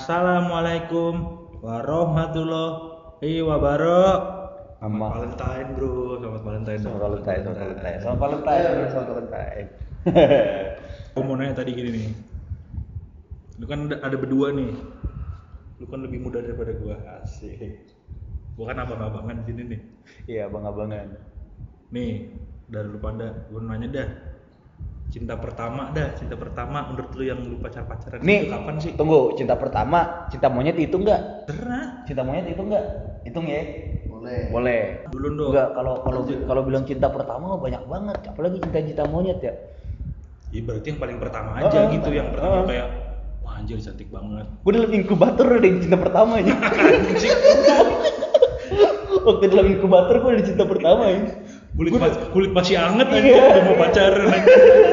Assalamualaikum warahmatullahi wabarakatuh. Selamat Valentine bro, selamat Valentine. Selamat Valentine. Aku mau nanya tadi gini nih, lu kan ada berdua nih, lu kan lebih muda daripada gua, asik. Gua kan abang-abangan sini nih. Iya, abang-abangan. Nih, dari lu pada, gua nanya dah. Cinta pertama menurut lu yang lu pacaran Nih, itu kapan sih? Tunggu, cinta pertama, cinta monyet itu enggak? Pernah. Cinta monyet itu enggak? Hitung ya? Boleh. Dulu dong. Enggak, kalau bilang cinta pertama banyak banget, apalagi cinta monyet ya. Iya berarti yang paling pertama aja gitu, yang pertama kayak wah anjir cantik banget. Gue dalam inkubator ada cinta pertama aja. Waktu dalam inkubator gue ada cinta pertama ya. Kulit masih anget aja, udah mau pacaran aja.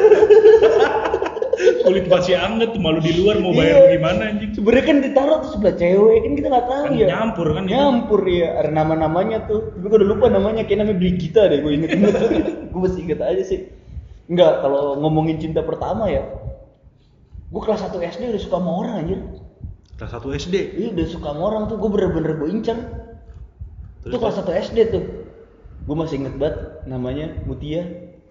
Kulit masih anget, malu di luar mau bayar gimana anjing. Sebenarnya kan ditaruh tuh sebelah cewek, kan kita nggak tahu Kan ya. nyampur kan itu. Nyampur ya, ada nama-namanya tuh. Tapi gue udah lupa namanya, kayak namanya Brigita deh, gue inget. Gue masih inget aja sih. Enggak, kalau ngomongin cinta pertama ya, gue kelas 1 SD udah suka sama orang anjir. Kelas 1 SD? Iya udah suka sama orang tuh, gue bener-bener gue incar. Itu kelas 1 SD tuh. Gue masih inget banget namanya Mutia.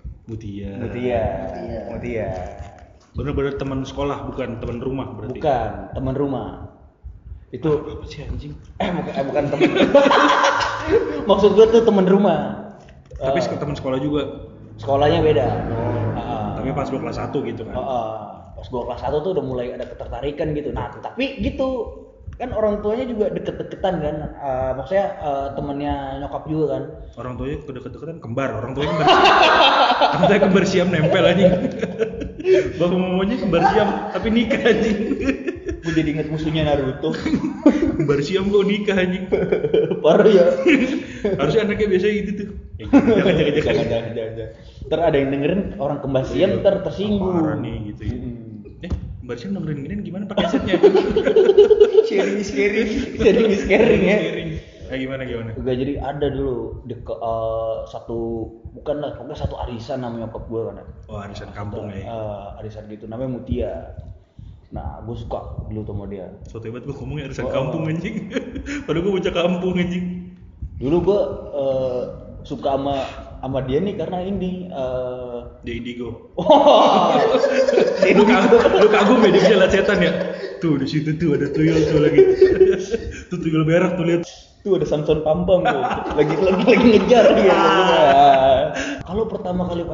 Bener-bener teman sekolah, bukan teman rumah berarti? Bukan, teman rumah. Itu apa sih anjing? bukan teman. Maksud gue tuh teman rumah. Tapi teman sekolah juga? Sekolahnya beda. Tapi pas gue kelas 1 gitu kan? Pas gue kelas 1 tuh udah mulai ada ketertarikan gitu. Nah, tapi gitu. Kan orang tuanya juga deket-deketan kan. Maksudnya temennya nyokap juga kan. Orang tuanya deket-deketan kembar. Orang tuanya kembar siam nempel anjing. Bapak mamanya kembar siam tapi nikah anjing. Gue jadi inget musuhnya Naruto. Kembar siam kok nikah anjing. Parah ya. Harusnya anaknya biasa gitu tuh. Jangan. Ntar ada yang dengerin orang kembar siam ntar tersinggung. Parah nih gitu ya. Kembar siam dengerin gini gimana pakai setnya? Sharing is caring ya. Gimana? Enggak, jadi ada dulu pokoknya satu arisan namanya nyokap gue kan. Oh, arisan kampung ya. Arisan gitu namanya Mutia. Nah, gue suka dulu sama dia. So hebat gue ngomongnya arisan kampung anjing. Padahal gue bocah kampung anjing. Dulu gue suka sama dia nih karena ini dia indigo. Lu kagum ya dia bisa lihat setan ya. Tuh di situ tuh ada tuyul tuh lagi. Tuh tuyul berak tuh lihat. Tuh ada Samson Pampang tuh. Lagi ngejar dia. Kalau pertama kali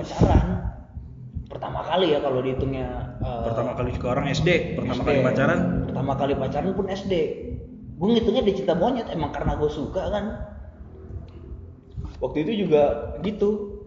ya kalau dihitungnya pertama kali ke orang SD, kali pacaran. Pertama kali pacaran pun SD. Gue ngitungnya di cinta monyet emang karena gue suka kan. Waktu itu juga gitu.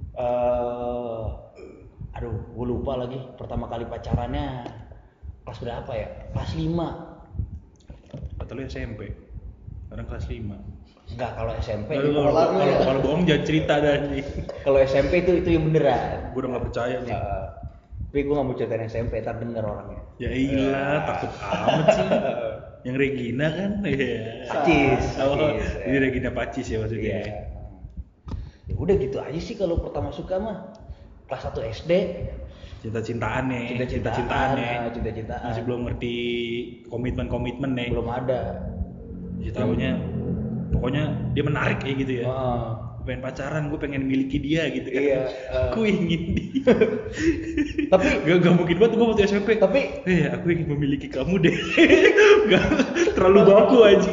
Gue lupa lagi pertama kali pacarannya kelas berapa ya? Kelas 5. Atau lu SMP? Sekarang kelas 5. Enggak, kalau SMP. Kalau bohong jangan cerita dah nih. Kalau SMP itu yang beneran. Gue udah nggak percaya nih. Tapi gue nggak mau ceritain SMP, ntar denger orangnya. Ya iyalah, takut amat sih. Yang Regina kan? Pacis. Ini Regina Pacis ya maksudnya. Ya udah gitu aja sih kalau pertama suka mah. Kelas 1 SD. Cinta-cintaan nih. Masih belum ngerti komitmen nih. Belum ada. Ya tahunya pokoknya dia menarik kayak gitu ya. Pengen pacaran, gue pengen miliki dia gitu kan. Iya. Aku ingin dia. Tapi gak mungkin banget gue waktu SMP. Tapi aku ingin memiliki kamu deh. Gak terlalu baku aja.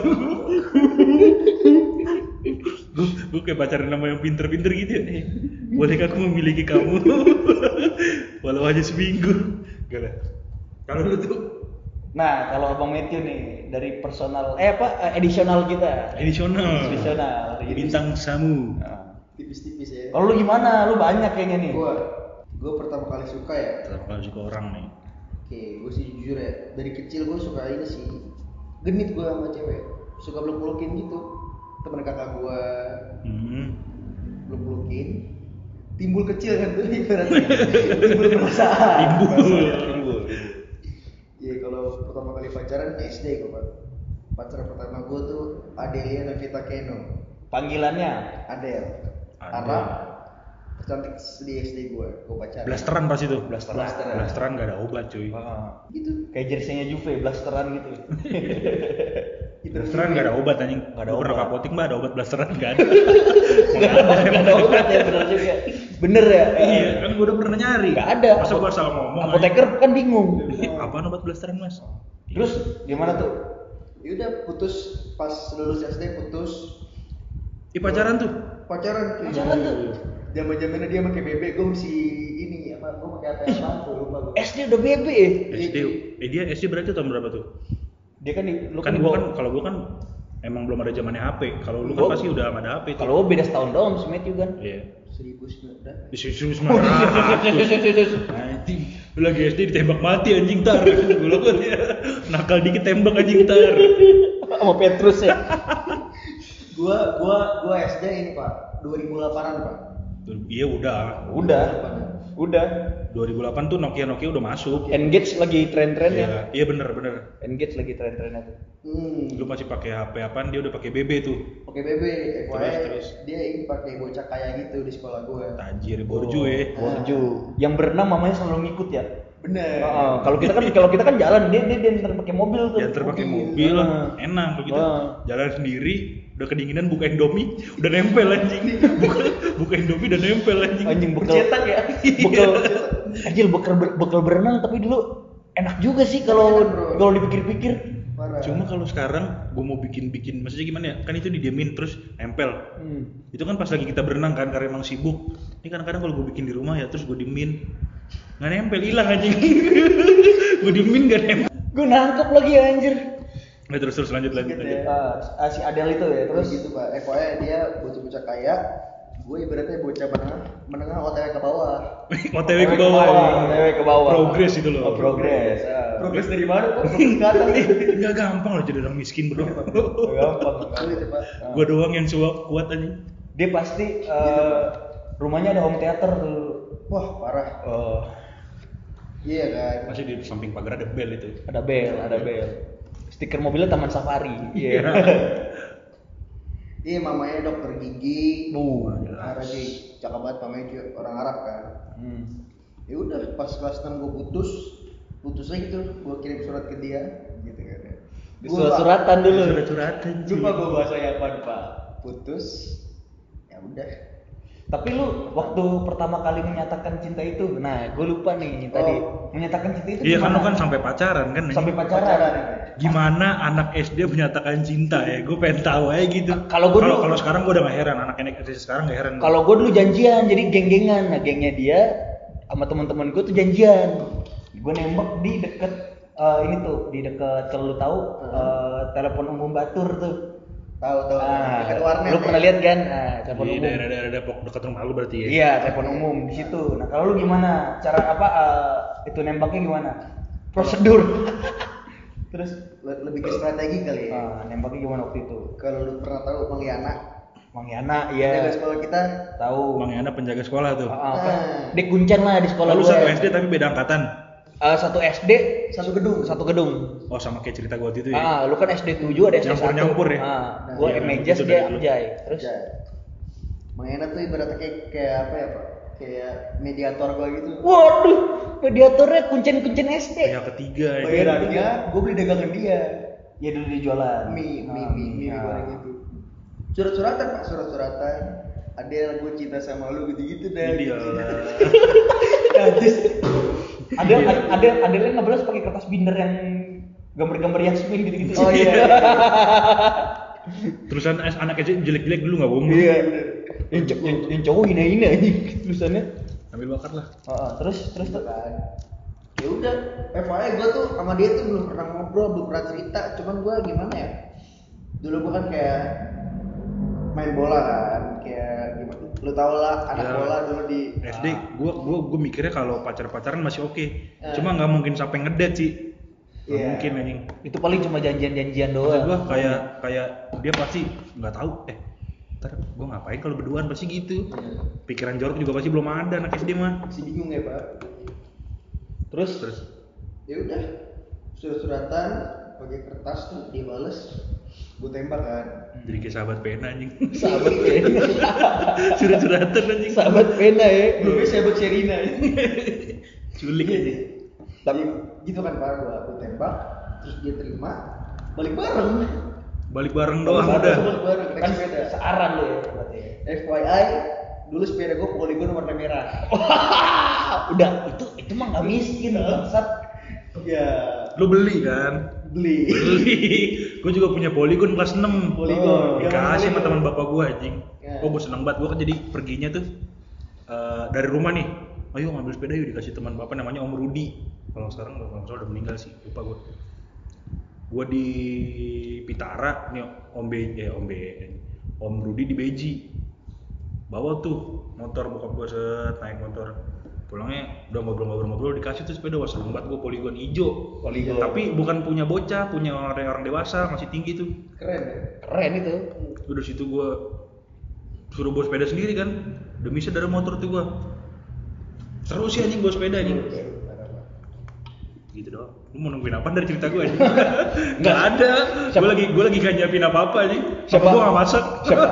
Gue kayak pacaran sama yang pinter-pinter gitu ya. Bolehkah aku memiliki kamu? Walau hanya seminggu. Gak lah. Kalau lu tuh? Nah, kalau Abang Matthew nih dari personal edisional kita. Edisional. Bintang tamu. Tipis-tipis ya. Kalau lu gimana? Lu banyak kayaknya nih. Gue pertama kali suka ya. Pertama kali suka orang nih. Oke, gue sih jujur ya. Dari kecil gue suka ini sih. Genit gue sama cewek. Suka peluk-pelukin gitu. Temen kakak gue. Peluk-pelukin. Timbul kecil kan tuh ibaratnya. Timbul perasaan. Timbul. Iya, kalau pertama kali pacaran SD gue, Pak. Pacar pertama gue tuh Adelia Navita Keno. Panggilannya Adel. Arab. cantik di SD gue pacaran. Blasteran pas itu. Blasteran. Gak ada obat cuy. Gitu. Kayak jersey-nya Juve, blasteran gitu. Blasteran gak ada obat anjing. Nggak ada Gua pernah obat. ke apotek mbak ada obat blasteran gak ada. Nggak ada obat ya, bener juga. Bener ya? Iya kan gue udah pernah nyari. Nggak ada. Masa gue salah ngomong. Apoteker kan bingung. anjing? Apaan obat blasteran mas? Terus gimana tuh? Ya udah putus pas lulus SD putus. Ih pacaran tuh. Pacaran cuy. Pacaran tuh? Zaman-zamannya dia pakai BB, gue masih ini apa? Gue pakai apa tuh lupa gue. SD udah BB ya? SD. Dia SD berarti tahun berapa tuh? Dia kan lu Kan gua kan kalau gua kan emang belum ada zamannya HP. Kalau lu kan Gua- pasti udah ada HP tuh. kalau gua beda setahun doang sama Matthew kan. Iya. 1900. Di susu anjing. Lu lagi SD ditembak mati anjing tar. Gua kan ya. Nakal dikit tembak anjing tar. Sama Petrus ya. Gua SD ini Pak, 2008-an Pak. Iya udah. Udah. 2008 tuh Nokia udah masuk. Engage lagi tren-trennya. Iya bener. Engage lagi tren-trennya tuh. Lu masih pakai HP apaan? Dia udah pakai BB tuh. Pakai BB, Terus. dia ini pakai bocah kaya gitu di sekolah gue. Tajir borju ya. Borju. Yang berenang mamanya selalu ngikut ya. Bener. Kalau kita kan jalan, dia ntar pakai mobil tuh. Diantar pakai mobil, enak begitu. Ah. Jalan sendiri, udah kedinginan buka Indomie, udah nempel anjing. Buka Indomie udah nempel anjing. Anjing bekal. Bercetak ya. Bekal berenang tapi dulu enak juga sih kalau Enak, bro. kalau dipikir-pikir. Parah. Cuma kalau sekarang gue mau bikin maksudnya gimana ya? Kan itu didiamin terus nempel. Itu kan pas lagi kita berenang kan karena emang sibuk. Ini kadang-kadang kalau gue bikin di rumah ya terus gue diemin nggak nempel, hilang anjing. Gue diemin nggak nempel. Gue nangkep lagi anjir. Nggak, terus lanjut. Gitu ya. Si Adele itu ya Terus terus gitu Pak, pokoknya dia bocah-bocah kaya, gue ibaratnya bocah menengah OTW ke bawah. OTW ke bawah. OTW ke bawah. Progres itu loh. Oh, progres. Progres dari mana Pak? Progres ke atas nih. Nggak gampang loh jadi orang miskin bro. Gampang. Sulit ya Pak. Gue doang yang kuat anjing. Dia pasti rumahnya ada home theater tuh. Wah parah. Iya kan. Masih di samping pagar ada bel itu. Ada bel. Stiker mobilnya Taman Safari. Iya. Iya mamanya dokter gigi. Jelas. Parah sih, cakep banget mamanya juga orang Arab kan. Ya udah pas kelas 6 gue putus aja gitu, gue kirim surat ke dia gitu kan. Surat-suratan dulu. Surat-suratan. Lupa gue bahasanya apa Pak. Putus. Ya udah. Tapi lu waktu pertama kali menyatakan cinta itu, nah gue lupa nih tadi menyatakan cinta itu. Iya kan lu gimana? kan sampai pacaran kan? Sampai anjing? pacaran. Gimana anak SD menyatakan cinta ya? Gue pengen tahu aja gitu. Kalau gua dulu- kalau sekarang gue udah gak heran, anak SD sekarang gak heran. Kalau gue dulu janjian, jadi geng-gengan. Nah gengnya dia sama teman-teman gue tuh janjian. Gue nembak di deket ini tuh, di deket kalau lu tahu telepon umum Batur tuh. Tahu dekat Lu warnet. Ya. pernah lihat kan? Nah, telepon Di umum. daerah Depok dekat rumah lu berarti ya? Iya, telepon umum di situ. Nah, kalau lu gimana? Cara apa itu nembaknya gimana? Prosedur. Terus Lebih ke strategi kali ya. nembaknya gimana waktu itu? Kalau lu pernah tahu Bang Yana, Mang Yana, jaga iya. sekolah kita, Tahu. Bang Yana penjaga sekolah tuh. Dek Kuncen lah di sekolah Lalu gue. satu SD tapi beda angkatan. Satu SD, satu gedung. satu gedung. Oh sama kayak cerita gue waktu itu ya? Lu kan SD 7 ada SD 1. Nyampur-nyampur ya? Gue Iya, Mejas itu dia dari dulu. Abjay. Terus Ya. Bang Yana tuh ibaratnya kayak apa ya Pak? Kayak mediator gua gitu. waduh, mediatornya kuncen-kuncen SD. Yang ketiga ya. Bayarannya gue beli dagangan dia. Ya dulu dia jualan. Mie goreng gitu. Surat-suratan Pak, surat-suratan. Adel gue cinta sama lu gitu-gitu dah. Iya lah. Ada yang ngebalas pakai kertas binder yang gambar-gambar Yasmin gitu-gitu. Oh iya. Terusan anak SD jelek-jelek dulu nggak bohong. Iya. Yang cowok hina-hina aja tulisannya. Ambil bakat lah. Terus Gitu kan. Ya udah, FYI gue tuh sama dia tuh belum pernah ngobrol, belum pernah cerita. Cuman gue gimana ya? Dulu gue kan kayak main bola kan, kayak gimana? Lu tau lah, anak Ya. bola dulu di SD gue mikirnya kalau pacaran masih oke. Cuma nggak mungkin sampai ngedate sih. Nggak Iya. mungkin anjing. itu paling cuma janjian-janjian Maksud doang. gue kayak dia pasti nggak tahu. Ntar gue ngapain kalau berduaan pasti gitu. Pikiran jorok juga pasti belum ada anak SD mah. masih bingung ya Pak. Terus Ya udah, surat-suratan pakai kertas tuh dia bales, gue tembak kan. Jadi kayak sahabat pena anjing. Sahabat pena. Surat-suratan anjing. Sahabat pena ya. Belum sahabat Sherina. Culik aja. Tapi gitu kan Pak, aku tembak, terus dia terima, balik bareng. Balik bareng doang udah. Balik bareng, naik Kan sepeda. searan lu ya berarti. FYI, dulu sepeda gue Polygon warna merah. Udah itu mah nggak miskin bangsat. Ya, Lu beli kan? beli. Beli. Gue juga punya Polygon kelas 6. Polygon. Dikasih sama Polygon. teman bapak gue anjing. Ya. Oh gue seneng banget, gue kan jadi perginya tuh dari rumah nih. Ayo ngambil sepeda yuk, dikasih teman bapak namanya Om Rudi. Kalau sekarang udah meninggal sih, lupa gue. Gue di Pitara nih Om Rudi di Beji. Bawa tuh motor bokap gue naik motor. Pulangnya udah ngobrol dikasih tuh sepeda, wah seneng banget gue Polygon hijau. Polygon. Tapi bukan punya bocah, punya orang dewasa, masih tinggi tuh. Keren ya? Keren itu. Udah situ gue suruh bawa sepeda sendiri kan, demi dari motor tuh gue. Seru sih anjing bawa sepeda anjing. Gitu doang. Lu mau nungguin apa dari cerita gue anjing? Nggak ada. Gue lagi gak nyiapin apa-apa anjing. Siapa? Gue gak masak. Siapa?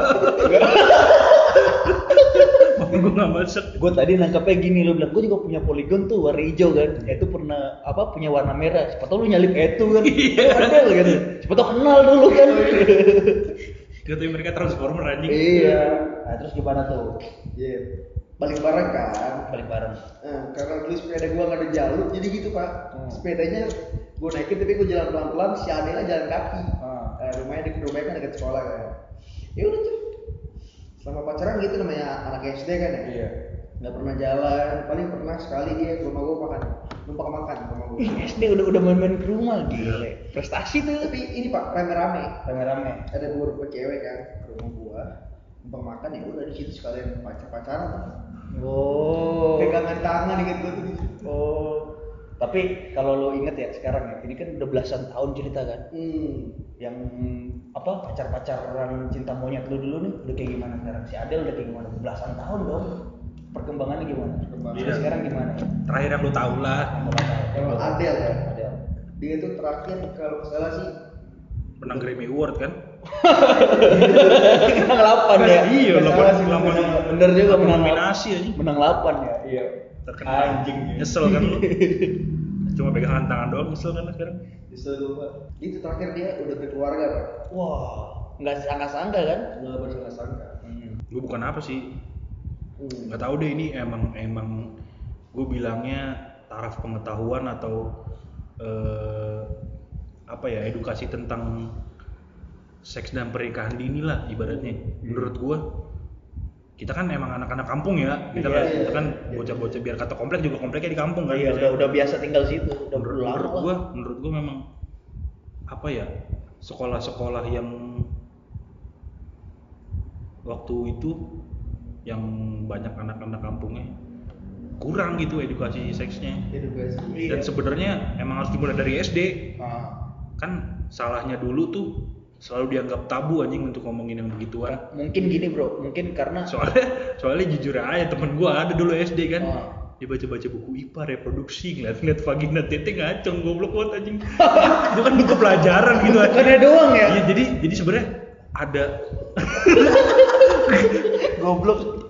Gue gak masak. Gue tadi nangkapnya gini, lo bilang gue juga punya Polygon tuh warna hijau kan. Itu pernah punya warna merah. Siapa tau lu nyalip itu kan. Padahal kan. Siapa tau kenal dulu kan. Katanya mereka transformer anjing. Iya. Nah, terus gimana tuh? Iya. Balik bareng kan? Balik bareng. Karena dulu sepeda gua nggak ada jalur, jadi gitu Pak. Sepedanya gua naikin tapi gua jalan pelan-pelan, si Adela jalan kaki. Rumahnya kan dekat sekolah kan. Ya udah tuh. Selama pacaran gitu namanya anak SD kan ya. Iya. Nggak pernah jalan, paling pernah sekali dia ke rumah gua numpang makan ke rumah gua. Ih, SD udah main-main ke rumah gile. Prestasi tuh. Tapi ini Pak, rame-rame. Rame-rame. Ada beberapa cewek kan ke rumah gua numpang makan, ya udah di situ sekalian pacaran. Oh. Pegangan tangan gitu tuh. Oh. Tapi kalau lo inget ya sekarang ya, ini kan udah belasan tahun cerita kan. Yang pacar-pacaran cinta monyet lu dulu nih udah kayak gimana sekarang? Si Adel udah kayak gimana? Belasan tahun dong. Perkembangannya gimana? Iya. Sekarang gimana? Terakhir yang lu tahu lah. Kalau Adel ya, Adel. dia tuh terakhir kalau nggak salah sih Menang Grammy Award kan? Menang 8 ya. Iya, Nggak salah sih, Bener juga menang nominasi anjing. Menang 8 ya. Iya. Terkenal. Anjing. Nyesel kan lu? Cuma pegangan tangan doang nyesel kan sekarang? justru gua itu terakhir dia udah berkeluarga Pak. Wah, nggak sangka-sangka kan? Nggak bersangka-sangka. Gue bukan apa sih? Nggak tahu deh, ini emang gue bilangnya taraf pengetahuan atau edukasi tentang seks dan pernikahan dini lah ibaratnya. Menurut gue, kita kan emang anak-anak kampung ya, kita kan bocah-bocah, biar kata komplek juga kompleknya di kampung kan. Iya, udah biasa tinggal situ, udah menurut gue memang sekolah-sekolah yang waktu itu yang banyak anak-anak kampungnya kurang gitu edukasi seksnya. Edukasi. Dan sebenarnya emang harus dimulai dari SD. Kan salahnya dulu tuh selalu dianggap tabu anjing untuk ngomongin yang begituan. Mungkin gini bro, mungkin karena soalnya jujur aja temen gua ada dulu SD kan. Dia baca-baca buku IPA reproduksi, ngeliat vagina tete ngaceng, goblok banget anjing. Itu kan buku pelajaran gitu aja. bukannya doang ya? Iya, jadi sebenarnya ada Goblok.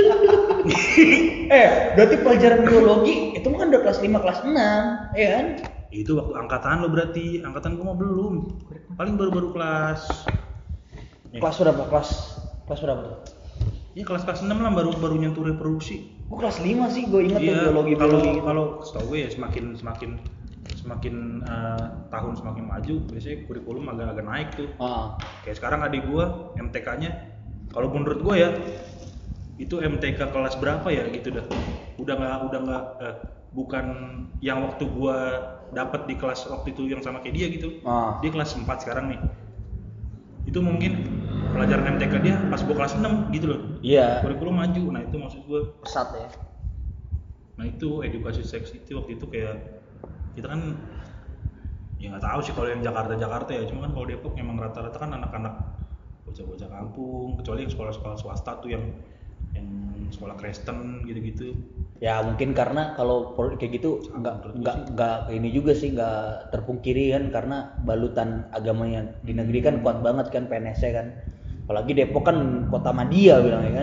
Berarti pelajaran biologi itu kan udah kelas 5 kelas 6, ya kan? itu waktu angkatan lo berarti, angkatan gua mah belum. Paling baru-baru kelas Kelas berapa? Kelas berapa tuh? ya kelas 6 lah baru nyentuh reproduksi. Gua kelas 5 sih, gua inget tuh Iya, biologi gitu. kalau setahu gue ya semakin tahun semakin maju biasanya kurikulum agak naik tuh. Kayak sekarang adik gua MTK-nya kalau menurut gua ya itu MTK kelas berapa ya gitu dah. Udah nggak bukan yang waktu gua dapat di kelas waktu itu yang sama kayak dia gitu. Dia kelas 4 sekarang nih. Itu mungkin pelajaran MTK dia pas gua kelas 6 gitu loh. Iya. Kurikulum maju. Nah, itu maksud gua. Pesat ya. Nah, itu edukasi seks itu waktu itu kayak kita kan ya nggak tahu sih kalau yang Jakarta ya, cuma kan kalau Depok emang rata-rata kan anak-anak bocah-bocah kampung, kecuali yang sekolah-sekolah swasta tuh yang sekolah Kristen gitu-gitu. Ya mungkin karena kalau kayak gitu nggak ini juga sih, nggak terpungkiri kan, karena balutan agamanya di negeri kan kuat banget kan PNS-nya kan, apalagi Depok kan kota Madia bilangnya kan.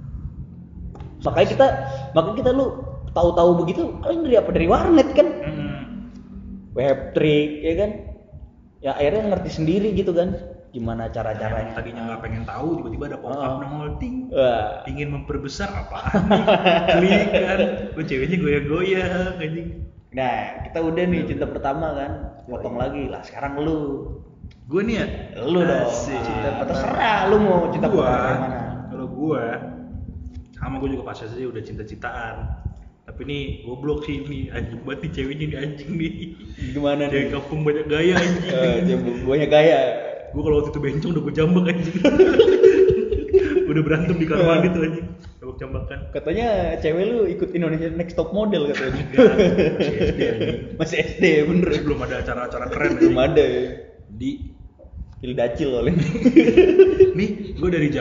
Makanya kita lu tahu-tahu begitu kalian dari warnet kan, web trick ya kan, ya akhirnya ngerti sendiri gitu kan gimana cara-caranya. Tadinya nggak pengen tahu, tiba-tiba ada pop-up nongol ting, ingin memperbesar apaan nih, klik kan, ceweknya goyang-goyang anjing. Nah kita udah nih cinta pertama kan, potong lagi lah, sekarang lu. Gue nih ya, Lu dong. Terserah lu mau cinta pertama yang mana. Kalau gue sama, gue juga pas SD udah cinta-cintaan. Tapi nih goblok sih ini, anjing banget nih ceweknya nih, anjing nih. Gimana nih? Cewek kampung banyak gaya anjing. Banyak gaya. Gue kalau waktu itu bencong udah gue jambak anjing. Udah berantem di kamar mandi tuh anjing. Jambak-jambakan. Katanya cewek lu ikut Indonesia Next Top Model katanya. Masih SD anjing. Masih SD bener. Terus belum ada acara-acara keren Belum ada ya. Di Hildacil oleh. Nih, gue dari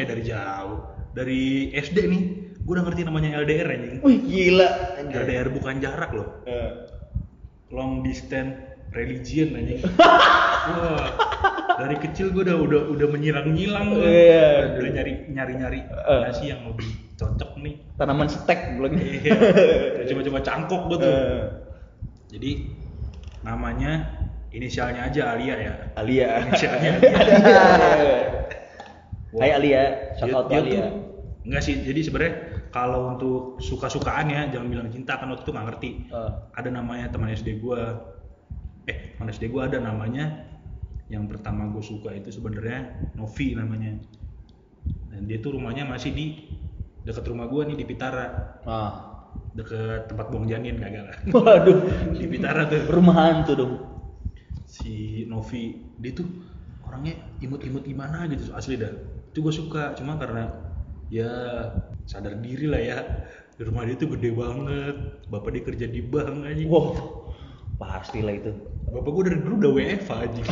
SD nih, gue udah ngerti namanya LDR anjing. Wih gila. LDR bukan jarak loh. Long distance religion anjing. Wah, dari kecil gue udah menyilang-nyilang gue. Udah nyari nasi yang lebih cocok nih. Tanaman stek belum. Iya. Coba-coba cangkok gue tuh. Jadi namanya inisialnya aja Alia ya. Inisialnya Alia. Hai Alia, shout out Alia. Enggak sih, jadi sebenarnya kalau untuk suka-sukaan ya, jangan bilang cinta, kan waktu itu nggak ngerti. Ada namanya teman SD gue ada namanya, yang pertama gue suka itu sebenarnya Novi namanya. Dan dia tuh rumahnya masih di dekat rumah gue nih di Pitara. Deket tempat buang janin kagak lah. Waduh, di Pitara tuh. Rumah hantu dong. Si Novi, dia tuh orangnya imut-imut gimana gitu, asli dah. Itu gue suka, cuma karena ya sadar diri lah ya, di rumah dia tuh gede banget, bapak dia kerja di bank aja. Wow, pastilah itu. Bapak gue dari dulu udah WFH aja.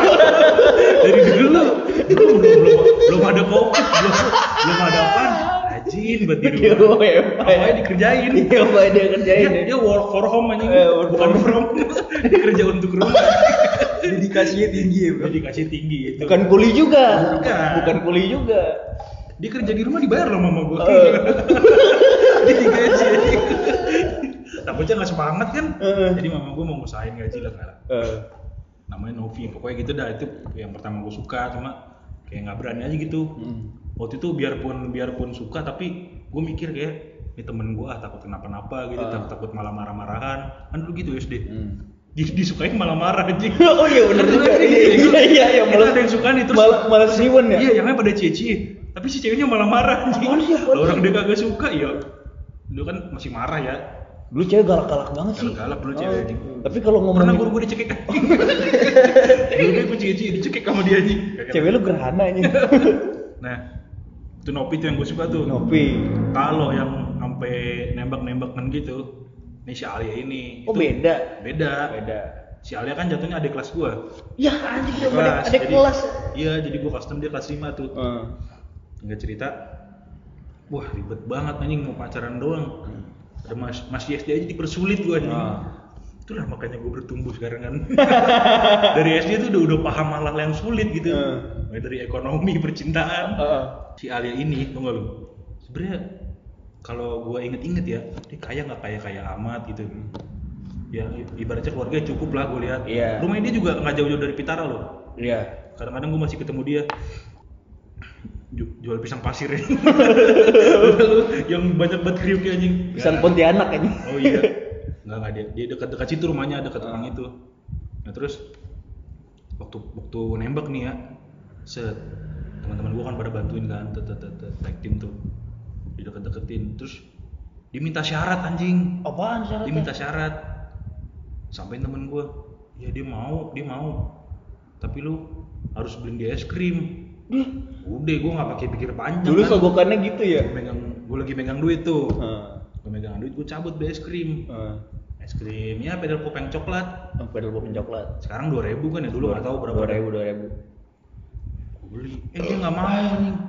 Dari dulu belum ada covid, belum ada apaan, rajin buat di rumah. Apanya dikerjain. Iya, apa dia kerjain? Dia work for home aja, bukan from. Dia kerja untuk rumah. Dedikasinya tinggi ya, bro. Dedikasi tinggi itu. Bukan kuli juga. Bukan kuli juga. Dia kerja di rumah dibayar loh mama gue. Dia digaji. Takutnya nggak semangat kan? Jadi mama gue mau ngusahain gaji lah kan. Namanya Novi, pokoknya gitu dah, itu yang pertama gue suka, cuma kayak nggak berani aja gitu. Waktu itu biarpun suka, tapi gue mikir kayak ini temen gue takut kenapa-napa gitu, takut malah marah-marahan. Kan dulu gitu SD. Disukain malah marah anjing. Oh iya benar juga. Iya malah ada yang suka nih terus malah seniwan ya. Iya, yang lain pada cie-cie. Tapi si ceweknya malah marah anjing. Orang dia kagak suka ya. Dulu kan masih marah ya. Dulu cewek galak-galak banget sih. Galak dulu cewek anjing. Tapi kalau ngomongin pernah guru gue dicekik. Dulu gue cie-cie dicekik sama dia anjing. Cewek lu gerhana anjing. Nah, itu Novi tuh yang gue suka tuh. Novi. Kalau yang sampai nembak-nembakan gitu, ini si Alia ini. Oh itu beda. Si Alia kan jatuhnya adik kelas gua. Ya anjing udah adik kelas. Iya, jadi gua kelas 6 dia kelas 5 tuh. Enggak cerita. Wah, ribet banget anjing, mau pacaran doang. Ada masih SD aja dipersulit gua anjing. Itulah makanya gua bertumbuh sekarang kan. Dari SD tuh udah paham hal yang sulit gitu. Mulai dari ekonomi, percintaan. Si Alia ini, tau gak lu? Sebenarnya kalau gue inget-inget ya, dia kaya nggak kaya amat gitu. Ya ibaratnya keluarga cukup lah gue lihat. Rumahnya dia juga nggak jauh-jauh dari Pitara loh. Kadang-kadang gue masih ketemu dia jual pisang pasir ya. Yang banyak banget kriuknya anjing. Pisang Pontianak anjing. Oh iya. Nggak dia dekat-dekat situ rumahnya, dekat orang itu. Nah terus waktu nembak nih ya, teman-teman gue kan pada bantuin kan, tag team tuh. Dideket-deketin, terus diminta syarat anjing. Apaan syaratnya? Diminta syarat. Sampai temen gue, ya dia mau. Tapi lu harus beliin dia es krim. Udah, gue nggak pakai pikir panjang. Dulu kan sogokannya gitu ya. Gue lagi megang duit tuh. Gue megang duit, gue cabut beli es krim. Es krimnya pedal pop yang coklat. Pedal pop yang coklat. Sekarang 2.000 kan ya, dulu nggak tahu berapa. 2.000. Gue beli, dia nggak mau anjing.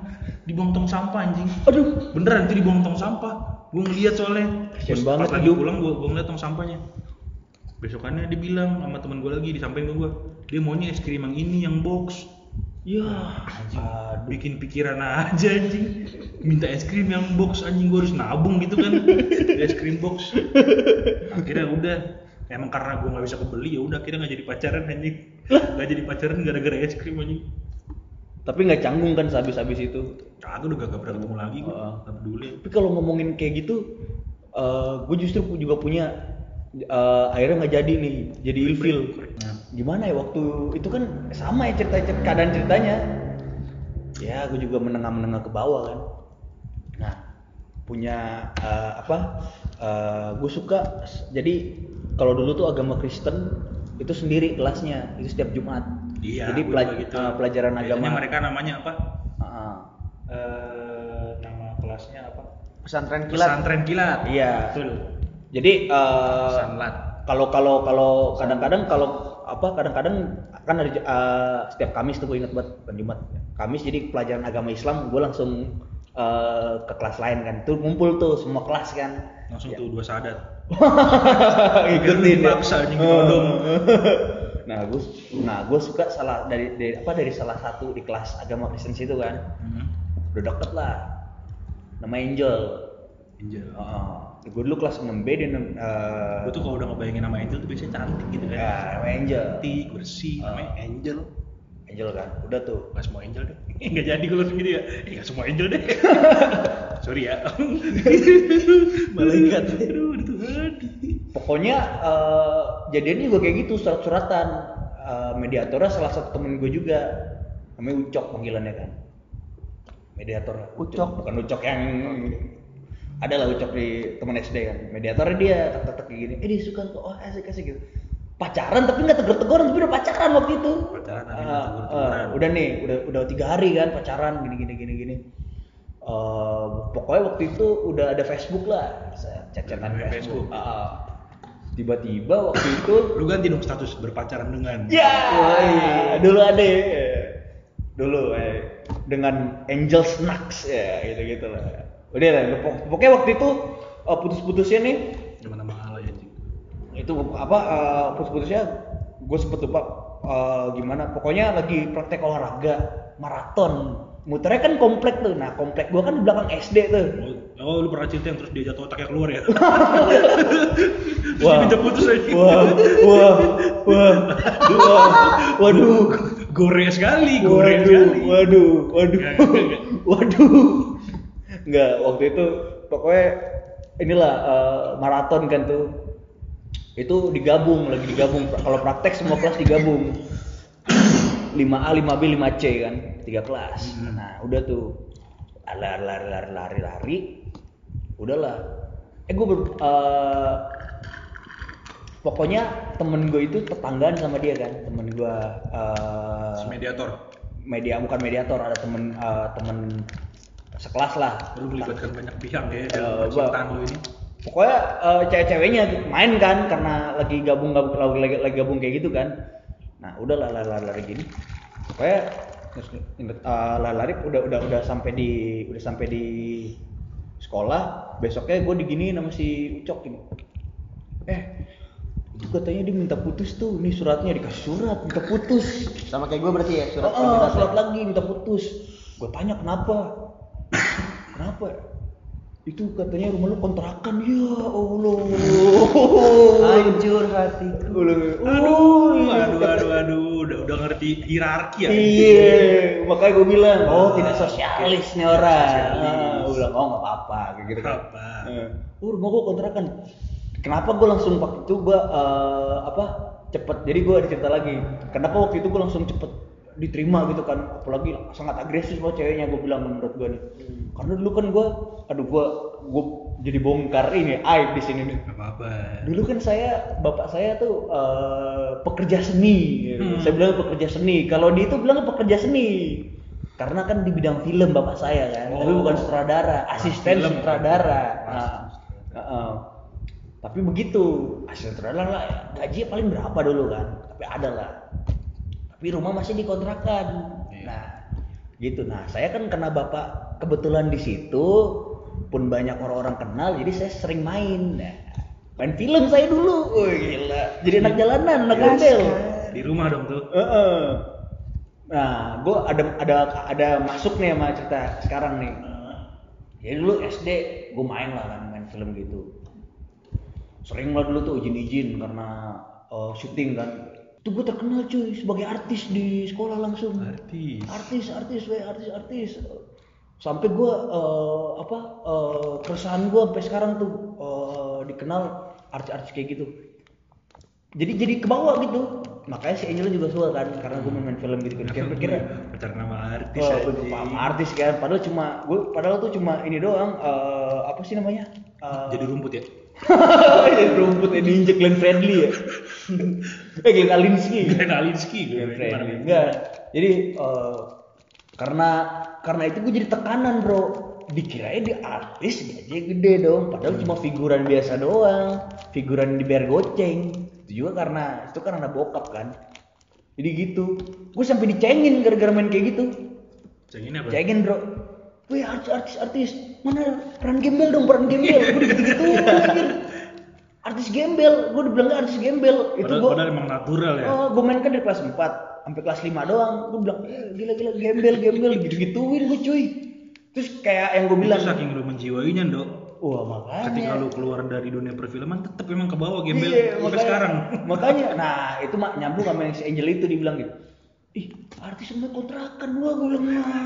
dibuang tong sampah anjing. Aduh, Beneran itu dibuang tong sampah. Gue ngeliat soalnya. Kasian Terus banget pas lagi hidup. pulang gue ngeliat tong sampahnya. Besokannya dia bilang sama teman gue lagi di samping gue, dia maunya es krim yang ini yang box. ya, Anjing, aduh. bikin pikiran aja anjing. Minta es krim yang box anjing, gue harus nabung gitu kan. Es krim box. Akhirnya udah, emang karena gue nggak bisa kebeli ya udah akhirnya nggak jadi pacaran anjing. Nggak jadi pacaran gara-gara es krim anjing. Tapi nggak canggung kan sehabis itu. Kagak udah gak pernah ketemu lagi gue. Gak peduli. Tapi kalau ngomongin kayak gitu, gue justru juga punya akhirnya nggak jadi nih, jadi ilfil. Nah. Gimana ya waktu itu kan sama ya keadaan ceritanya. Ya gue juga menengah ke bawah kan. Nah punya gue suka. Jadi kalau dulu tuh agama Kristen itu sendiri kelasnya itu setiap Jumat. Iya. Jadi pelajaran Biasanya agama. mereka namanya apa? Uh, Nama kelasnya apa? Pesantren kilat. Pesantren kilat. Iya. Betul. Jadi Sanlat. kalau kadang-kadang kan ada setiap Kamis tuh gue inget banget, bukan Jumat. Kamis jadi pelajaran agama Islam, gue langsung ke kelas lain kan. Tuh ngumpul tuh semua kelas kan. Langsung tuh dua sadat. Ikutin Paksa anjing ditodong. Nah, gue suka dari salah satu di kelas agama Kristen situ kan. Udah deket lah. Nama Angel. Gue dulu kelas 6B dia Gue tuh kalau udah ngebayangin nama Angel tuh biasanya cantik gitu kan. ya, nama Angel. Cantik, bersih, namanya Angel. Angel kan. Udah tuh. Gak semua Angel deh. Gak jadi kalau gitu ya. Gak semua Angel deh. Sorry ya. Malaikat. Aduh, Tuhan. Pokoknya jadinya juga kayak gitu, surat-suratan. Mediatornya salah satu temen gue juga, namanya Ucok panggilannya kan. Mediator. Ucok. Bukan Ucok yang ada lah Ucok di teman SD kan. Mediatornya dia tak kayak gini. Dia suka kok, oh asik gitu. Pacaran tapi nggak tegur-teguran, tapi udah pacaran waktu itu. Pacaran tapi nggak tegur-teguran. Udah nih, udah 3 hari kan pacaran gini. Pokoknya waktu itu udah ada Facebook lah, chat-chatan Facebook. Tiba-tiba waktu itu Lu ganti dong status berpacaran dengan. ya, dulu ada dengan Angel Snacks ya gitu lah. Udah lah, pokoknya waktu itu putus-putusnya nih. Nama-nama ala ya anjing. Itu putus-putusnya gue sempet lupa gimana. Pokoknya lagi praktek olahraga maraton. Muternya kan komplek tuh. Nah komplek gue kan di belakang SD tuh. Oh, lu pernah cerita yang terus dia jatuh otaknya keluar ya? Terus dia minta putus aja. Waduh. Gore sekali. Waduh. Enggak, waktu itu pokoknya inilah maraton kan tuh. Itu lagi digabung. Kalau praktek semua kelas digabung. 5A, 5B, 5C kan, 3 kelas. Nah, udah tuh lari. Udahlah. Pokoknya temen gue itu tetanggaan sama dia kan, temen gue Mediator. bukan mediator, ada temen sekelas lah. Lu melibatkan banyak pihak ya dalam percintaan lu ini. Pokoknya cewek-ceweknya main kan karena lagi gabung kayak gitu kan. Nah, udah lari gini. Pokoknya lari udah sampai di sekolah. Besoknya gue diginiin sama si Ucok ini. Itu katanya dia minta putus tuh. Nih suratnya, dikasih surat minta putus. Sama kayak gue berarti ya, surat Surat lagi minta putus. Gue tanya kenapa? Itu katanya rumah lu kontrakan. Ya Allah. Hancur hatiku. Aduh, udah ngerti hierarki ya. Iya, makanya gue bilang, tidak sosialis nih orang. Gue bilang, nggak apa-apa, kayak gitu kan. Rumah gue kontrakan. Kenapa gue langsung waktu itu gue cepet. Jadi gue ada cerita lagi. Kenapa waktu itu gue langsung cepet diterima gitu kan, apalagi sangat agresif loh ceweknya, gue bilang menurut gue nih. Karena dulu kan gue jadi bongkar ini aib di sini nih. Gak apa-apa. Dulu kan bapak saya tuh pekerja seni. Saya bilang pekerja seni. Kalau dia itu bilang pekerja seni. Karena kan di bidang film bapak saya kan, tapi bukan sutradara, asisten sutradara. Tapi begitu, asisten sutradara lah, gajinya paling berapa dulu kan? Tapi ada lah. Tapi rumah masih dikontrakan. Nah, gitu. Nah, saya kan karena bapak kebetulan di situ pun banyak orang-orang kenal, jadi saya sering main. Nah, main film saya dulu, gila. Jadi anak jalanan, anak gandel. Di rumah dong tuh. Nah, gue ada masuk nih sama cerita sekarang nih. Jadi dulu SD gue main lah kan, main film gitu. Sering lah dulu tuh izin-izin karena syuting kan. Itu gue terkenal cuy sebagai artis di sekolah langsung. Artis. Sampai gue keresahan gue sampai sekarang tuh dikenal artis-artis kayak gitu. Jadi ke bawah gitu. Makanya si Angel juga suka kan karena gue main film gitu kan. Kira-kira pacar nama artis artis kan. Padahal tuh cuma ini doang apa sih namanya? Jadi rumput ya. Jadi rumput yang diinjek Glenn Fredly ya. Glenn Alinsky. Glenn Fredly. Enggak. Jadi karena itu gue jadi tekanan bro. Dikirain dia artis gajinya gede dong. Padahal cuma figuran biasa doang. Figuran dibayar goceng. Itu juga karena itu kan anak bokap kan. Jadi gitu. Gue sampai dicengin gara-gara main kayak gitu. Cengin apa? Cengin bro. Wih artis. Mana peran gembel dong, peran gembel. Gue gitu-gitu. Artis gembel. Gue dibilang artis gembel. Padahal emang natural ya. Gue main kan dari kelas 4 sampai kelas 5 doang. Gue bilang gila gembel gitu-gituin gue cuy. Terus kayak yang gue bilang. Itu saking lu menjiwainya dok. Wah makanya. Ketika lu keluar dari dunia perfilman tetap memang ke bawah gembel sampai sekarang. Makanya, nah itu nyambung sama yang si Angel itu dibilang gitu. Ih artis semua kontrakan gue bilang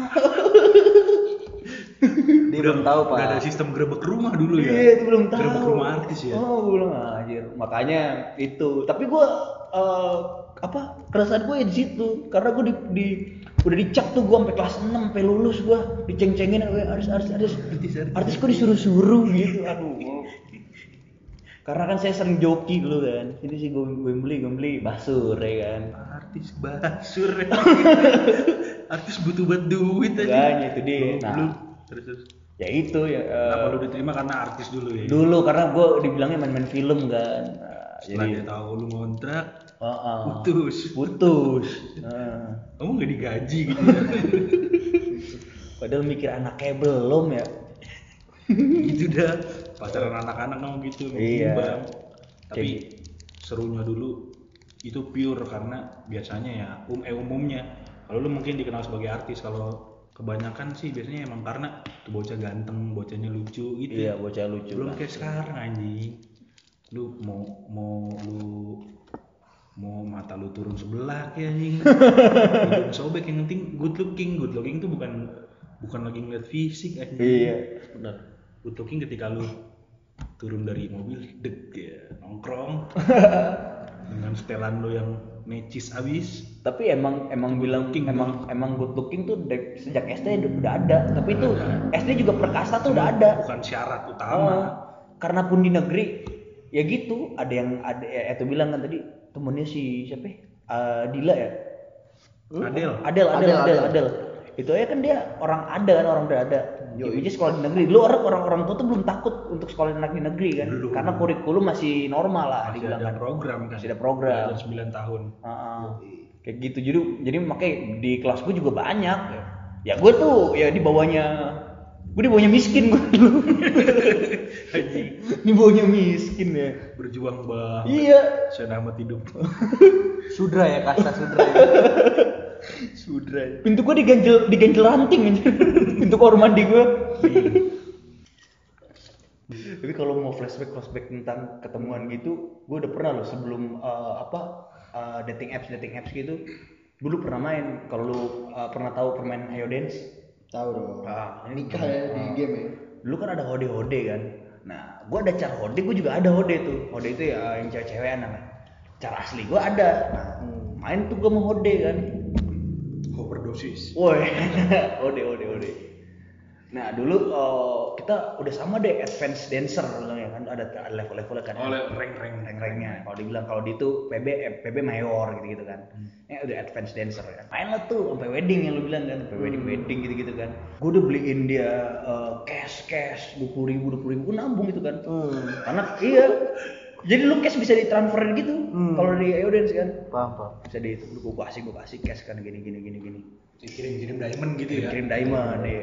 Dia belum tahu pak. Udah ada sistem gerebek rumah dulu ya. Iya itu belum tahu. Gerebek rumah artis ya. Gue bilang anjir. Makanya itu. Tapi gue keresahan gue ya di situ. Karena gue udah dicap tuh gue sampai kelas 6 sampai lulus gue diceng-cengin artis kok disuruh-suruh gitu. Aduh. Karena kan saya sering joki dulu kan. Ini sih gue beli basur ya kan. Artis basur. Artis butuh buat duit aja. Makanya itu dia. Terus. Ya itu ya. Kenapa lu diterima karena artis dulu ya? Dulu karena gue dibilangnya main-main film kan. Setelah dia tahu lu ngontrak, putus. Kamu nggak digaji gitu ya? Padahal mikir anaknya belum ya. Gitu dah. Pacaran anak-anak mau gitu, iya. Tapi serunya dulu itu pure karena biasanya ya umumnya kalau lu mungkin dikenal sebagai artis, kalau kebanyakan sih biasanya emang karena tuh bocah ganteng, bocahnya lucu gitu. Iya, bocah lucu. Belum kayak sekarang anjing. Lu mau mata lu turun sebelah kayak anjing. Hidung sobek, yang penting good looking tuh bukan lagi ngeliat fisik anjing. Iya, benar. Good looking ketika lu turun dari mobil ya nongkrong dengan setelan lu yang necis abis. Tapi emang bilang emang good looking tuh sejak SD udah ada. Tapi itu SD juga perkasa tuh udah ada. Bukan syarat utama. Karena pun di negeri ya gitu, ada itu bilang kan tadi temennya si siapa? Dila ya? Adel. Itu aja kan dia orang udah ada. Jadi sekolah di negeri. Dulu orang tua tuh belum takut untuk sekolah di negeri kan. Dulu. Karena kurikulum masih normal lah dibilang kan. Masih ada program. 9 tahun. Kayak gitu. Jadi makanya di kelas gue juga banyak. Ya gue tuh ya di bawahnya miskin gue dulu. Di bawahnya miskin ya. Berjuang banget. Iya. Saya amat hidup. Sudra ya, kasta sudra ya. Sudra. Pintu gue diganjel ranting anjir. Pintu kamar mandi gue. Tapi kalau mau flashback tentang ketemuan gitu, gue udah pernah loh sebelum dating apps gitu. Dulu pernah main. Kalau lu pernah tahu permainan Ayo Dance? Tahu dong. Nikah ya di game ya. Dulu kan ada hode kan. Nah, gue ada cara hode, gue juga ada hode tuh. Hode itu ya yang cewek-cewekan namanya. Cara asli gue ada. Nah, main tuh gue mau hode kan. Overdosis. Woi, hode. Nah dulu kita udah sama deh advance dancer ya kan, ada level-levelnya kan. Rank-ranknya. Kalau dibilang kalau di itu PB mayor gitu kan. Udah advance dancer kan. Main lah tuh sampai wedding yang lu bilang kan, sampai wedding gitu kan. Gue udah beliin dia cash 20.000 gue nabung gitu kan. Karena iya. Jadi lu cash bisa ditransfer gitu. Kalau di Ayo Dance kan. Paham. Bisa di itu gue kasih cash kan gini. Kirim diamond gitu ya. Kirim diamond ya.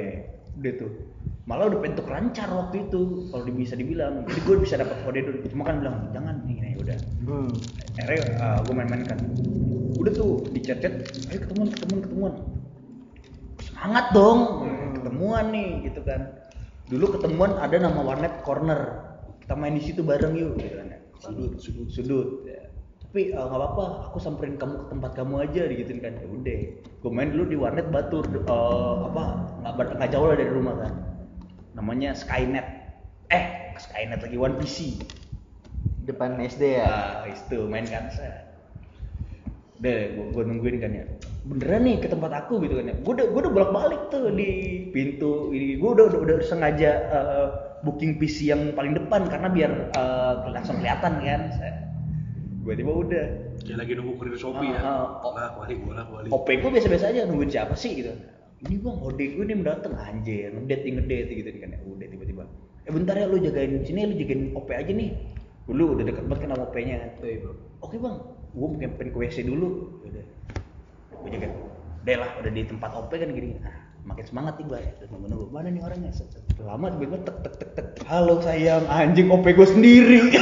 Udah tuh. Malah udah pengen lancar waktu itu kalau bisa dibilang. Jadi gue bisa dapat kode dulu. Cuma kan bilang jangan nih udah. Akhirnya gue main-main kan. Udah tuh di chat, ayo ketemuan. Semangat dong, ketemuan nih gitu kan. Dulu ketemuan ada nama warnet corner. Kita main di situ bareng yuk gitu kan. Sudut. Ya. Tapi nggak apa-apa, aku samperin kamu ke tempat kamu aja gitu kan. Ya udah. Gue main dulu di warnet Batur nggak jauh lah dari rumah kan. Namanya Skynet. Skynet lagi One PC. Depan SD ya. Itu main kan saya. Gue nungguin kan ya. Beneran nih ke tempat aku gitu kan ya. Gue udah bolak-balik tuh di pintu ini. Gue udah sengaja booking PC yang paling depan karena biar langsung kelihatan kan. Tiba-tiba udah. Kayak lagi nunggu kurir Shopee ya. Wali. OP gue biasa-biasa aja nungguin siapa sih gitu. Ini bang, ode gue nih dateng anjir, ngedate gitu kan ya. Udah tiba-tiba. Bentar ya lu jagain sini, lu jagain OP aja nih. Dulu udah deket banget kan sama OP-nya kan. Oke bang, gue pengen ke WC dulu. Udah. Gue jagain. Udah di tempat OP kan gini. Nah, makin semangat nih gue. Terus nunggu mana nih orangnya? Lama tiba-tiba tek. Halo sayang, anjing OP gue sendiri.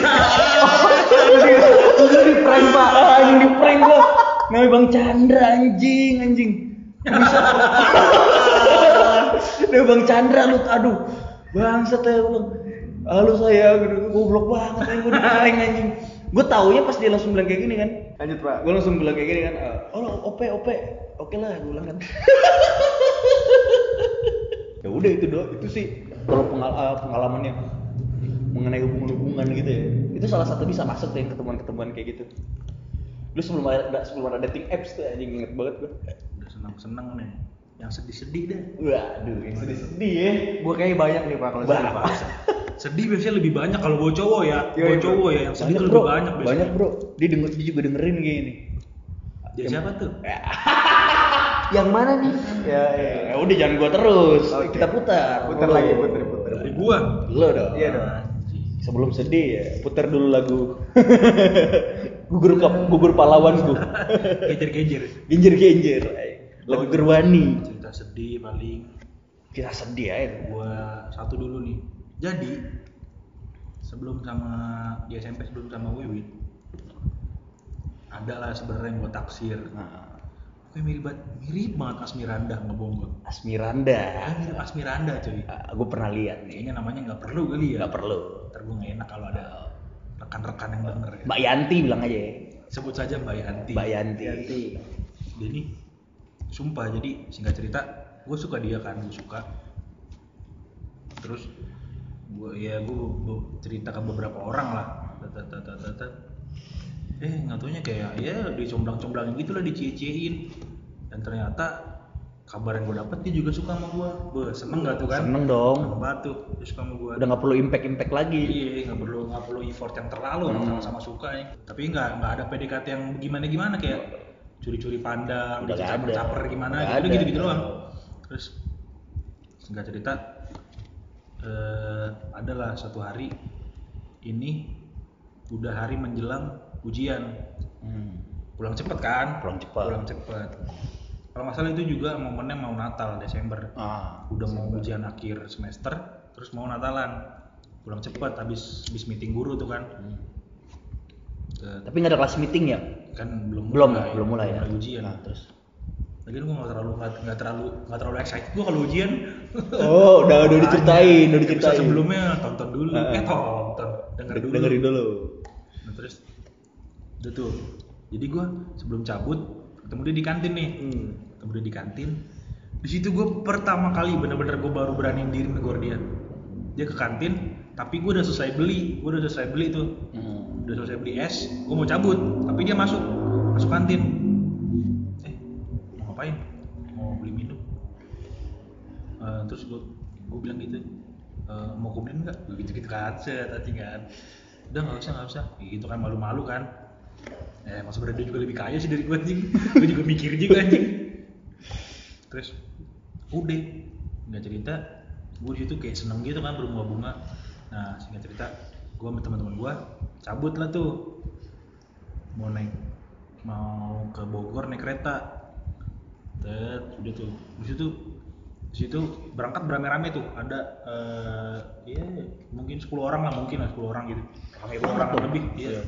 Udah di prank pak, anjing di prank gue. Namanya Bang Chandra anjing. Bisa. Bang Chandra lu, aduh, bangsat ya bang. Halo saya, goblok banget, gue di prank anjing. Gue taunya pas dia langsung bilang kayak gini kan. Lanjut pak. Gue langsung bilang kayak gini kan. OP, oke lah, gue bilang kan. Ya udah itu doang, itu sih kalau pengalamannya mengenai hubungan gitu ya. Itu salah satu bisa masuk deh ketemuan kayak gitu. Lu sebelum ada dating apps tuh anjing, inget banget gue. Udah seneng nih. Yang sedih-sedih dah. Waduh, yang sedih ya. Gue kayaknya banyak nih pak kalau sedih pak. Sedih biasanya lebih banyak kalau bawa cowok ya. Iya, Bawa cowok ya yang sedih tuh lebih banyak biasanya. Banyak bro. Dia juga dengerin gini. Dia siapa tuh? Yang mana nih? Ya. Udah jangan gua terus. Oke. Kita putar. Putar lagi, putar. Dari gua. Lo dong. Iya dong. Sebelum sedih ya, putar dulu lagu. Gugur pahlawanku. Gejer-gejer. Genjer. Lagu Gerwani. Cerita sedih paling. Kita sedih aja. Gua satu dulu nih. Jadi sebelum sama di SMP sebelum sama Wiwit ada lah sebenarnya yang gua taksir. Nah, Oke mirip banget Asmiranda, nggak bohong gua. Asmiranda. Mirip Asmiranda cuy. Gue pernah lihat nih. Kayaknya namanya nggak perlu kali ya. Nggak perlu. Ntar gua nggak enak kalau ada rekan-rekan yang denger ya. Mbak Yanti bilang aja ya. Sebut saja Mbak Yanti. Mbak Yanti. Dia nih sumpah, jadi singkat cerita gue suka dia kan, gue suka. Terus gue cerita ke beberapa orang lah. Nggak taunya kayak ya dicomblang-comblangin gitu lah, dicie-ciein. Dan ternyata kabar yang gue dapet dia juga suka sama gue. Seneng gak tuh kan? Seneng dong. Seneng banget tuh, dia suka sama gue. Udah nggak perlu impact lagi. Iya, nggak perlu effort yang terlalu, sama-sama suka ya. Tapi nggak ada PDKT yang gimana kayak curi-curi pandang, Udah nggak ada. caper gimana Nggak gitu, ada. gitu doang. Terus singkat cerita adalah suatu hari ini udah hari menjelang ujian. Pulang cepet kan? Pulang cepet. Kalau nggak salah itu juga momennya mau Natal Desember. Udah mau ujian akhir semester, terus mau Natalan. Pulang cepet habis meeting guru tuh kan. Tapi nggak ada kelas meeting ya? Kan belum mulai ya. Ujian. Nah, terus. Lagian gue nggak terlalu excited gue kalau ujian. Oh, udah diceritain. Episode sebelumnya tonton dulu. Dengerin dulu. Nah, terus udah tuh. Jadi gue sebelum cabut ketemu dia di kantin nih. Ketemu dia di kantin. Di situ gue pertama kali bener-bener gue baru beraniin diri negor dia. Dia ke kantin, tapi gue udah selesai beli. Tuh. Udah selesai beli es, gue mau cabut, tapi dia masuk kantin. Mau ngapain? Mau beli minum. Terus gue bilang gitu, mau gue beliin nggak? Gitu kan, tadi kan. Udah nggak usah. Gitu kan, malu-malu kan. Emang sebenarnya dia juga lebih kaya sih dari gue anjing. Gue juga mikir juga anjing. Terus udah nggak cerita, gue di situ kayak seneng gitu kan, berbunga-bunga. Nah singkat cerita, gue sama teman-teman gue cabut lah tuh, mau ke Bogor naik kereta. Udah tuh di situ Di situ berangkat beramai-ramai tuh, ada ya mungkin 10 orang lah, 10 orang gitu. Ramai orang lebih, iya.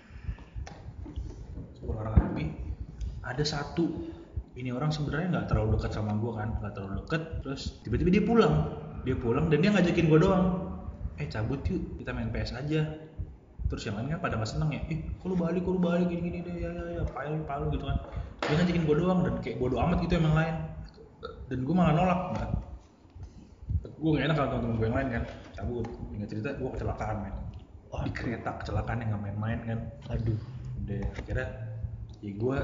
10 orang lebih. Ada satu, ini orang sebenarnya nggak terlalu dekat sama gue kan, nggak terlalu dekat. Terus tiba-tiba dia pulang dan dia ngajakin gue doang. Cabut yuk, kita main PS aja. Terus yang lain kan pada nggak seneng ya, kalau balik gini deh, ya palu gitu kan. Dia ngajakin gue doang dan kayak bodo amat gitu yang lain. Dan gue malah nolak, enggak. Gue gak enak kalau temen-temen gue yang lain kan, cabut. Ingat cerita, gue kecelakaan men. Di kereta kecelakaan yang gak main-main kan. Aduh. Udah akhirnya ya gue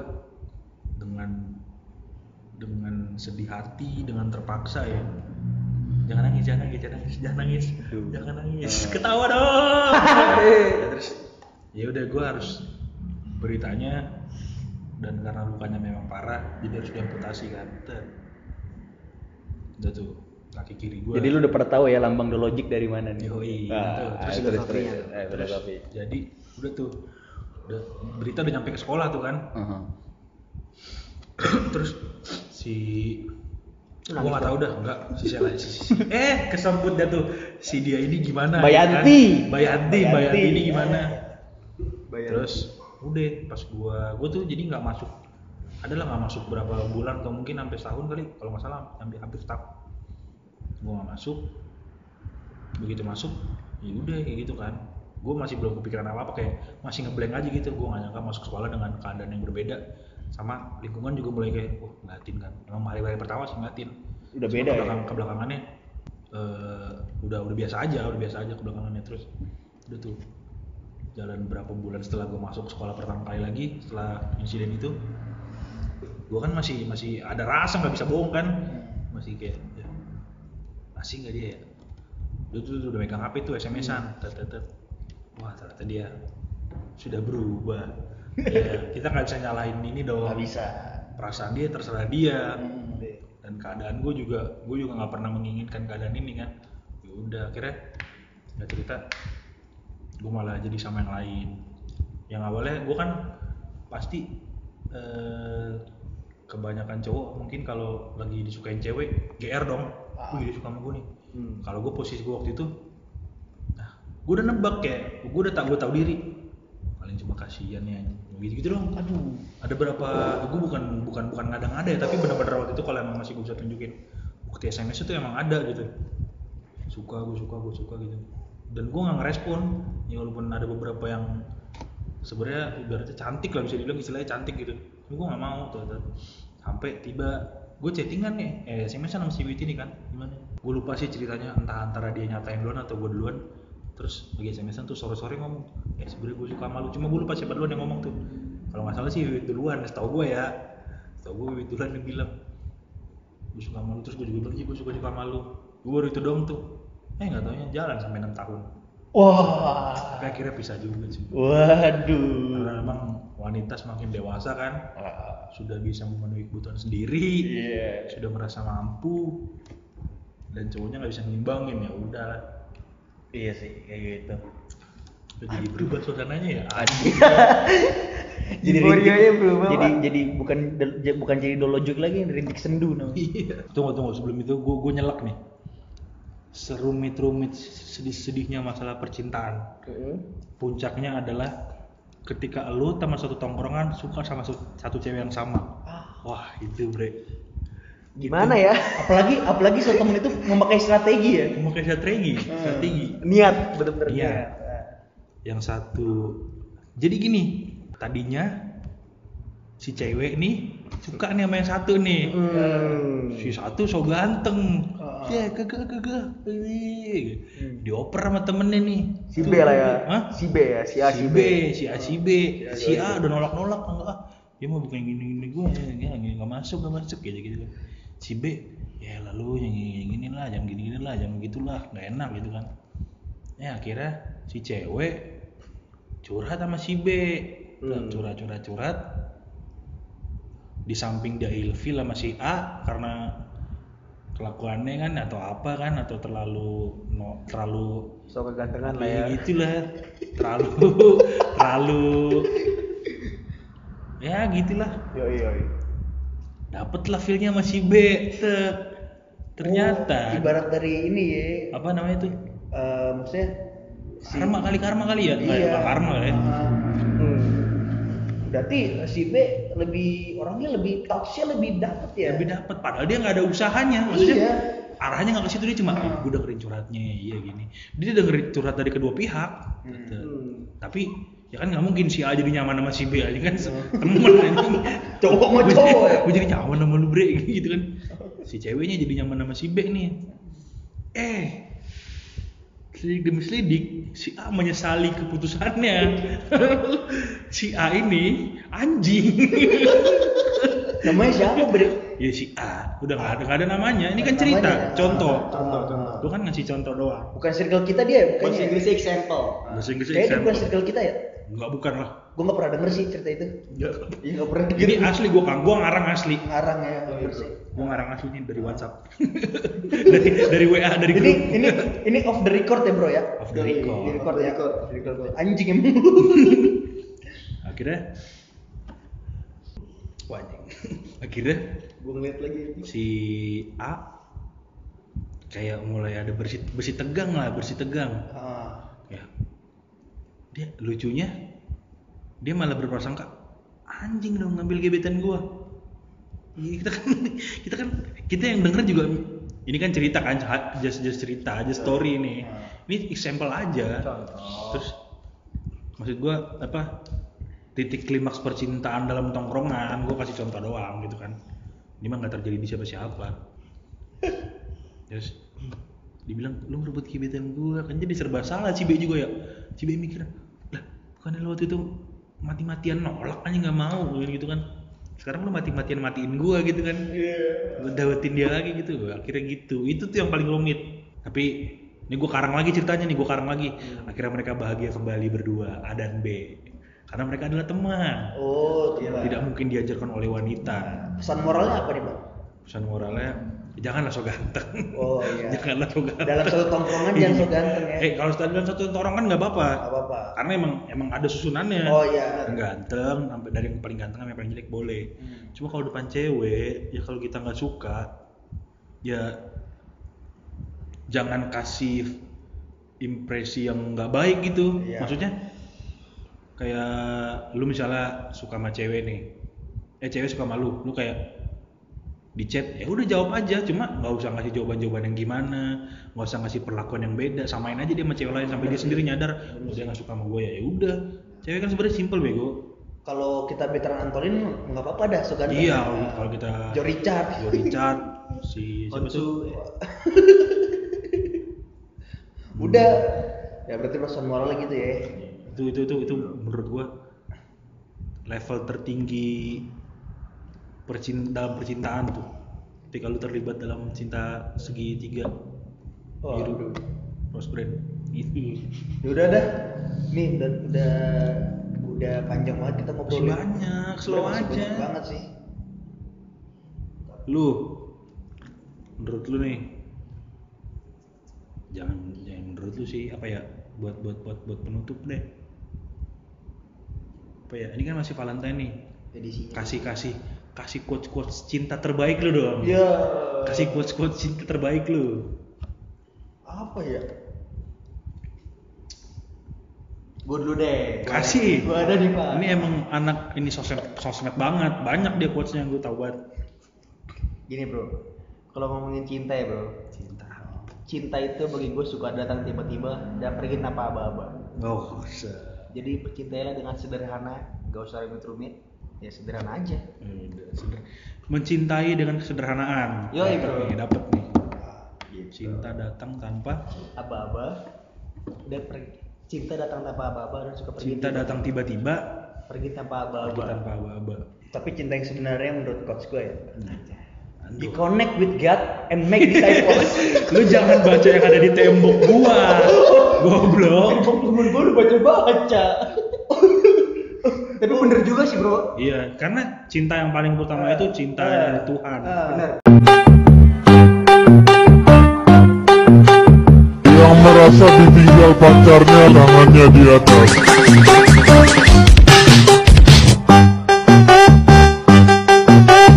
dengan sedih hati, dengan terpaksa ya. Jangan nangis. Ketawa dong. Ya, terus ya udah gue harus beritanya, dan karena lukanya memang parah jadi harus diamputasi kan. Udah tuh kaki kiri gue. Jadi lu udah pernah tahu ya lambang The Logic dari mana nih? Terus jadi udah tuh berita udah nyampe ke sekolah tuh kan. Terus gua nggak tahu dah, enggak kesambut dah tuh si dia ini gimana? Bayanti ini gimana? Terus udah pas gua tuh jadi nggak masuk berapa bulan atau mungkin sampai setahun kali kalau nggak salah, hampir setahun gua nggak masuk. Begitu masuk ya udah kayak gitu kan, gua masih belum kepikiran apa kayak masih ngeblank aja gitu. Gua nggak nyangka masuk sekolah dengan keadaan yang berbeda, sama lingkungan juga mulai kayak ngeliatin kan. Emang hari-hari pertama sih ngeliatin, udah beda ya kebelakangannya udah biasa aja kebelakangannya. Terus udah tuh jalan berapa bulan setelah gue masuk sekolah pertama kali lagi setelah insiden itu, gue kan masih ada rasa, nggak bisa bohong kan, masih kayak ya, asing nggak dia ya. Tuh udah megang HP tuh SMS-an, wah ternyata dia sudah berubah. Ya, kita nggak bisa nyalahin ini dong, nggak bisa, perasaan dia terserah dia. Dan keadaan gue juga nggak pernah menginginkan keadaan ini kan. Ya udah akhirnya nggak cerita, gue malah jadi sama yang lain. Yang awalnya gue kan pasti kebanyakan cowok mungkin kalau lagi disukain cewek GR dong, dia suka sama gue nih. Kalau gue posisi gue waktu itu, gue udah nebak kayak gue tahu diri, paling cuma kasihan ya gitu dong. Aduh, ada berapa, gue bukan ngada-ngada ya, tapi benar-benar waktu itu kalau emang masih gue bisa tunjukin bukti SMS itu emang ada gitu, gue suka gitu. Dan gue nggak ngerespon ya, walaupun ada beberapa yang sebenarnya ibaratnya cantik lah, bisa dibilang istilahnya cantik gitu, gue nggak mau tuh. Sampai tiba gue chattingan nih, SMS-an sama si Witi nih kan, gimana? Gue lupa sih ceritanya, entah antara dia nyatain duluan atau gue duluan. Terus lagi SMS-an tuh sore-sore ngomong, sebenarnya gue suka sama lu, cuma gue lupa siapa duluan yang ngomong tuh. Kalau nggak salah sih Wit duluan, setahu gue Wit duluan yang bilang gue suka sama lu. Terus gue juga bilang, gue suka sama lu. Gue baru itu doang tuh. Nggak taunya jalan sampai 6 tahun. Wah. Tapi akhirnya pisah juga sih. Waduh. Karena memang wanita semakin dewasa kan, sudah bisa memenuhi kebutuhan sendiri, sudah merasa mampu, dan cowoknya nggak bisa ngimbangin, ya udah. Iya sih kayak gitu. Jadi berubah suasananya ya. jadi bukan jadi dolojok lagi, rintik sendu namanya. Iya. Tunggu sebelum itu gue nyelak nih. Serumit-rumit sedih-sedihnya masalah percintaan. Puncaknya adalah ketika lu sama satu tongkrongan suka sama satu cewek yang sama. Wah, itu bre. Gimana ya? Apalagi satu temen itu memakai strategi ya. Strategi. Niat, bener-bener niat. Yang satu. Jadi gini, tadinya si cewek nih suka nih sama yang satu nih. Si satu so ganteng. Ya, kagak. Dioper sama temennya nih. Si B lah ya. Si B ya, si A si B. Si A udah nolak enggak. Dia mau bukan gini gue, enggak masuk gitu. Si B, ya lalu yang gini lah, jangan gini lah, jangan gitulah, enggak enak gitu kan. Ya akhirnya si cewek curhat sama si B. Curhat. Di samping dia ilfil sama si A karena kelakuannya kan atau apa kan, atau terlalu so kegantengan lah ya. Gitulah. Terlalu ya gitulah. Yoi. Dapatlah feelnya sama si B. Ternyata ibarat dari ini ya. apa namanya tuh? Maksudnya Karma kali ya? Nggak, iya. bukan karma ya. Berarti si B orangnya lebih touch-nya lebih dapet ya. Lebih dapat padahal dia nggak ada usahanya. Maksudnya Iya. arahnya nggak ke situ, dia cuma gue dengerin curhatnya iya gini. Dia dengerin curhat dari kedua pihak. Gitu. Tapi ya kan nggak mungkin si A jadi nyaman sama si B aja kan temen anjing. Cowok sama cowok ya. Gue jadi nyaman sama lu bre gitu kan. Si ceweknya jadi nyaman sama si B nih. Selidik demi selidik, si A menyesali keputusannya. Si A ini anjing. Namanya siapa, Bre? Ya si A, udah nggak ada namanya. Ini kan Namanya cerita, ya? contoh. Contoh. Lu kan ngasih contoh doang. Bukan circle kita dia, Bahasa bukannya. Inggrisnya example. Bahasa Inggrisnya Kayaknya dia bukan example. circle kita ya. Enggak, bukan lah. Gue nggak pernah denger sih cerita itu. Iya nggak pernah denger. Ini asli gua ngarang asli. Ngarang ya. Bener sih. Gua ngarang asli nih dari WhatsApp. dari WA, dari Ini grup. ini off the record ya bro ya. Off the record. Di record ya. Anjing emang. Akhirnya wah, anjing. Akhirnya Gue ngeliat lagi. si A kayak mulai ada bersih tegang. Ah. Ya. Dia lucunya dia malah berprasangka anjing dong ngambil gebetan gua. Iya, kita yang denger juga ini kan cerita kan, just cerita aja story nih. Ini example aja. Contoh. Terus maksud gua apa? Titik klimaks percintaan dalam tongkrongan, gua kasih contoh doang gitu kan. Ini mah nggak terjadi di siapa-siapa. Terus dibilang lu merebut gebetan gua, kan jadi serba salah si B juga ya. Si B mikir, lah bukannya lu waktu itu mati-matian nolak aja nggak mau gitu kan. Sekarang lu mati-matian matiin gua gitu kan. Lu dapetin dia lagi gitu. Akhirnya gitu. Itu tuh yang paling rumit. Tapi ini gua karang lagi ceritanya nih, Akhirnya mereka bahagia kembali berdua, A dan B. Karena mereka adalah teman. Oh, teman. Tidak mungkin diajarkan oleh wanita. Pesan moralnya apa nih bang? Pesan moralnya, janganlah so ganteng. Oh iya. Janganlah so ganteng. Dalam satu tongkrongan jangan so ganteng ya. Kalau dalam satu tongkrongan nggak apa-apa. Nggak apa-apa. Karena emang ada susunannya. Oh iya. Yang ganteng sampai dari yang paling ganteng sampai yang paling jelek boleh. Cuma kalau depan cewek, ya kalau kita nggak suka, ya jangan kasih impresi yang nggak baik gitu. Iya. Maksudnya kayak lu misalnya suka sama cewek nih, cewek suka sama lu kayak di chat ya udah jawab aja, cuma nggak usah ngasih jawaban yang gimana, nggak usah ngasih perlakuan yang beda, samain aja dia sama cewek lain sampai dia sendiri nyadar dia nggak suka sama gue ya udah. Cewek kan sebenarnya simple bego. Kalau kita veteran Antolin nggak apa-apa dah so ganteng. Iya, kalau kita Joe Richard. si siapa tuh? Udah. Ya berarti pesan moralnya gitu ya. Itu menurut gua level tertinggi dalam percintaan tuh. Ketika lu terlibat dalam cinta segitiga. Oh, biru. Rose brand. Itu. Ya udah dah. Nih udah panjang banget kita ngobrol. Masih banyak, slow Masih aja. banyak banget sih. Lu menurut lu nih, jangan menurut lu sih apa ya, buat penutup deh. Apa ya, ini kan masih Valentine nih. Edisinya. Kasih quotes cinta terbaik lu dong. Ya. Kasih quotes cinta terbaik lu. Apa ya? Gue dulu deh. Kasih. Gue ada nih pak. Ini emang anak ini sosmed banget, banyak dia quotesnya yang gue tahu banget. Gini bro, kalau ngomongin cinta ya bro, cinta itu bagi gue suka datang tiba-tiba dan pergi tanpa aba-aba. Oh, Jadi percintailah dengan sederhana, gak usah rumit-rumit, ya sederhana aja. mencintai dengan kesederhanaan. Yoi, bro. Dapet nih. Gitu. Cinta datang tanpa Aba-aba, dan pergi. Cinta datang tanpa aba-aba dan suka pergi. cinta datang tiba-tiba, pergi tanpa aba-aba. pergi tanpa aba-aba. Tapi cinta yang sebenarnya menurut coach gue ya. Aduh. You connect with God and make disciples. Lu jangan baca yang ada di tembok gua. Goblok. Temen gue udah baca-baca. Tapi bener juga sih bro. Iya, karena cinta yang paling utama itu cinta dari Tuhan. Bener. Yang merasa ditinggal pacarnya tangannya di atas.